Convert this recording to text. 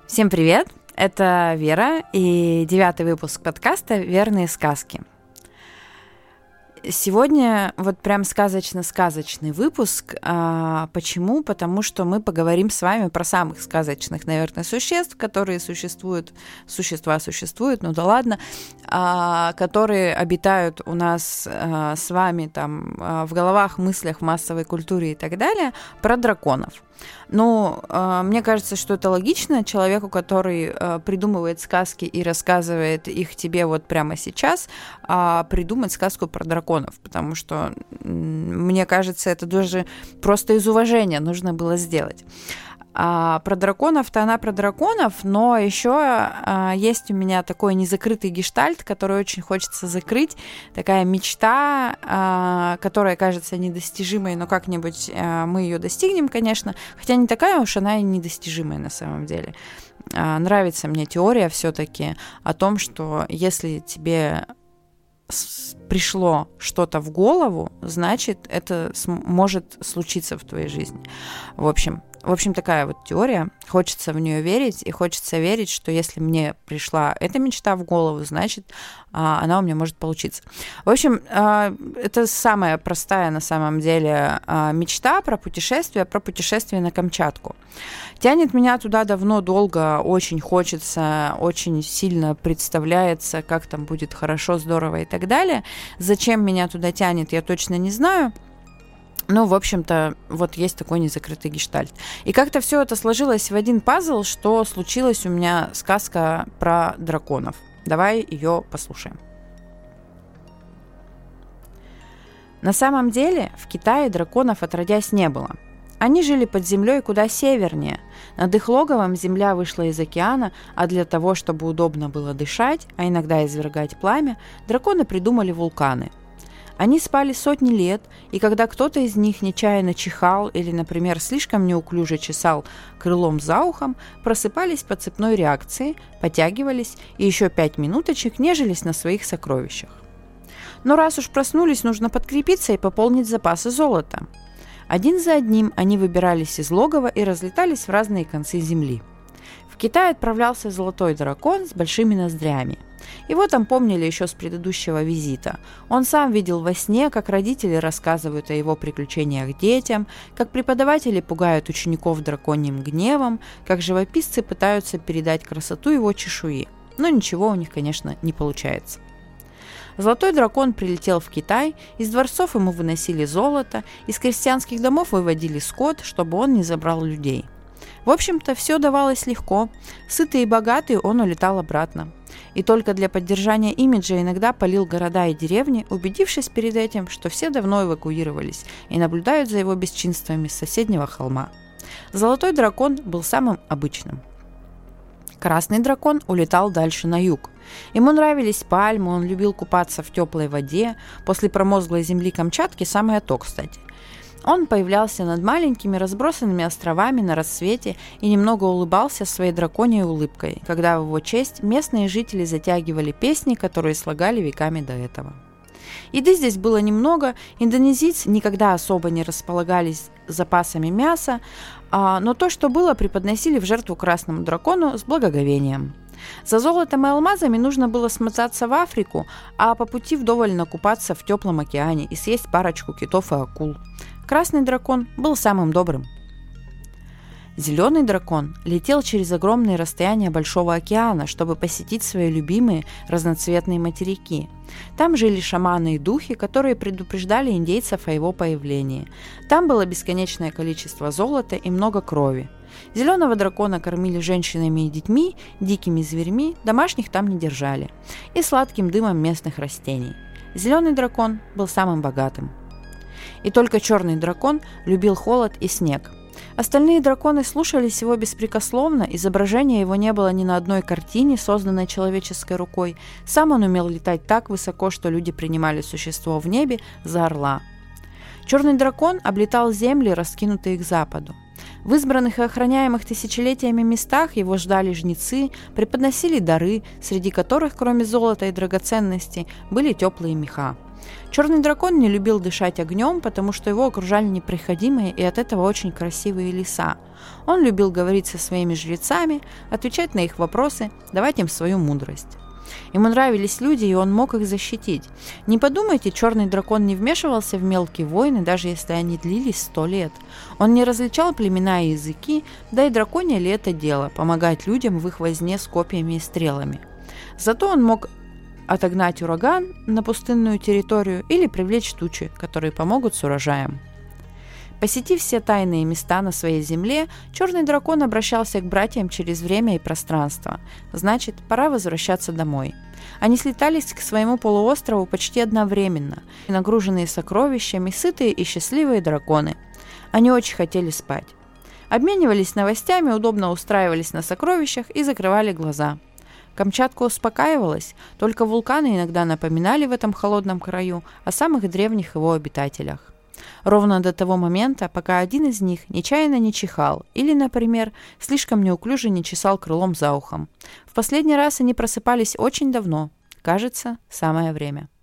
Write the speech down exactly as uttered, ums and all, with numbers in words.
Всем привет! Это Вера и девятый выпуск подкаста «Верные сказки». Сегодня вот прям сказочно-сказочный выпуск. А, почему? Потому что мы поговорим с вами про самых сказочных, наверное, существ, которые существуют, существа существуют, ну да ладно, а, которые обитают у нас а, с вами там а, в головах, мыслях, в массовой культуре и так далее, про драконов. Ну, э, мне кажется, что это логично. Человеку, который э, придумывает сказки и рассказывает их тебе вот прямо сейчас, э, придумать сказку про драконов, потому что, э, мне кажется, это даже просто из уважения нужно было сделать. А про драконов-то она про драконов, но еще а, есть у меня такой незакрытый гештальт, который очень хочется закрыть, такая мечта, а, которая кажется недостижимой, но как-нибудь а, мы ее достигнем, конечно, хотя не такая уж она и недостижимая на самом деле. А, нравится мне теория все-таки о том, что если тебе пришло что-то в голову, значит, это может случиться в твоей жизни. В общем, В общем, такая вот теория. Хочется в нее верить, и хочется верить, что если мне пришла эта мечта в голову, значит, она у меня может получиться. В общем, это самая простая на самом деле мечта про путешествие, про путешествие на Камчатку. Тянет меня туда давно, долго, очень хочется, очень сильно представляется, как там будет хорошо, здорово и так далее. Зачем меня туда тянет, я точно не знаю. Ну, в общем-то, вот есть такой незакрытый гештальт. И как-то все это сложилось в один пазл, что случилась у меня сказка про драконов. Давай ее послушаем. На самом деле в Китае драконов отродясь не было. Они жили под землей куда севернее. Над их логовом земля вышла из океана, а для того, чтобы удобно было дышать, а иногда извергать пламя, драконы придумали вулканы. Они спали сотни лет, и когда кто-то из них нечаянно чихал или, например, слишком неуклюже чесал крылом за ухом, просыпались по цепной реакции, потягивались и еще пять минуточек нежились на своих сокровищах. Но раз уж проснулись, нужно подкрепиться и пополнить запасы золота. Один за одним они выбирались из логова и разлетались в разные концы земли. В Китай отправлялся золотой дракон с большими ноздрями. Его там помнили еще с предыдущего визита. Он сам видел во сне, как родители рассказывают о его приключениях детям, как преподаватели пугают учеников драконьим гневом, как живописцы пытаются передать красоту его чешуи. Но ничего у них, конечно, не получается. Золотой дракон прилетел в Китай, из дворцов ему выносили золото, из крестьянских домов выводили скот, чтобы он не забрал людей. В общем-то, все давалось легко. Сытый и богатый он улетал обратно. И только для поддержания имиджа иногда палил города и деревни, убедившись перед этим, что все давно эвакуировались и наблюдают за его бесчинствами с соседнего холма. Золотой дракон был самым обычным. Красный дракон улетал дальше на юг. Ему нравились пальмы, он любил купаться в теплой воде. После промозглой земли Камчатки самое то, кстати. Он появлялся над маленькими разбросанными островами на рассвете и немного улыбался своей драконьей улыбкой, когда в его честь местные жители затягивали песни, которые слагали веками до этого. Еды здесь было немного, индонезийцы никогда особо не располагались запасами мяса, но то, что было, преподносили в жертву красному дракону с благоговением. За золотом и алмазами нужно было смотаться в Африку, а по пути вдоволь накупаться в теплом океане и съесть парочку китов и акул. Красный дракон был самым добрым. Зеленый дракон летел через огромные расстояния Большого океана, чтобы посетить свои любимые разноцветные материки. Там жили шаманы и духи, которые предупреждали индейцев о его появлении. Там было бесконечное количество золота и много крови. Зеленого дракона кормили женщинами и детьми, дикими зверьми, домашних там не держали, и сладким дымом местных растений. Зеленый дракон был самым богатым. И только черный дракон любил холод и снег. Остальные драконы слушались его беспрекословно, изображения его не было ни на одной картине, созданной человеческой рукой. Сам он умел летать так высоко, что люди принимали существо в небе за орла. Черный дракон облетал земли, раскинутые к западу. В избранных и охраняемых тысячелетиями местах его ждали жнецы, преподносили дары, среди которых, кроме золота и драгоценностей, были теплые меха. Черный дракон не любил дышать огнем, потому что его окружали непроходимые и от этого очень красивые леса. Он любил говорить со своими жрецами, отвечать на их вопросы, давать им свою мудрость. Ему нравились люди, и он мог их защитить. Не подумайте, черный дракон не вмешивался в мелкие войны, даже если они длились сто лет. Он не различал племена и языки, да и драконье ли это дело – помогать людям в их возне с копьями и стрелами. Зато он мог отогнать ураган на пустынную территорию или привлечь тучи, которые помогут с урожаем. Посетив все тайные места на своей земле, черный дракон обращался к братьям через время и пространство. Значит, пора возвращаться домой. Они слетались к своему полуострову почти одновременно, нагруженные сокровищами, сытые и счастливые драконы. Они очень хотели спать. Обменивались новостями, удобно устраивались на сокровищах и закрывали глаза. Камчатка успокаивалась, только вулканы иногда напоминали в этом холодном краю о самых древних его обитателях. Ровно до того момента, пока один из них нечаянно не чихал или, например, слишком неуклюже не чесал крылом за ухом. В последний раз они просыпались очень давно. Кажется, самое время.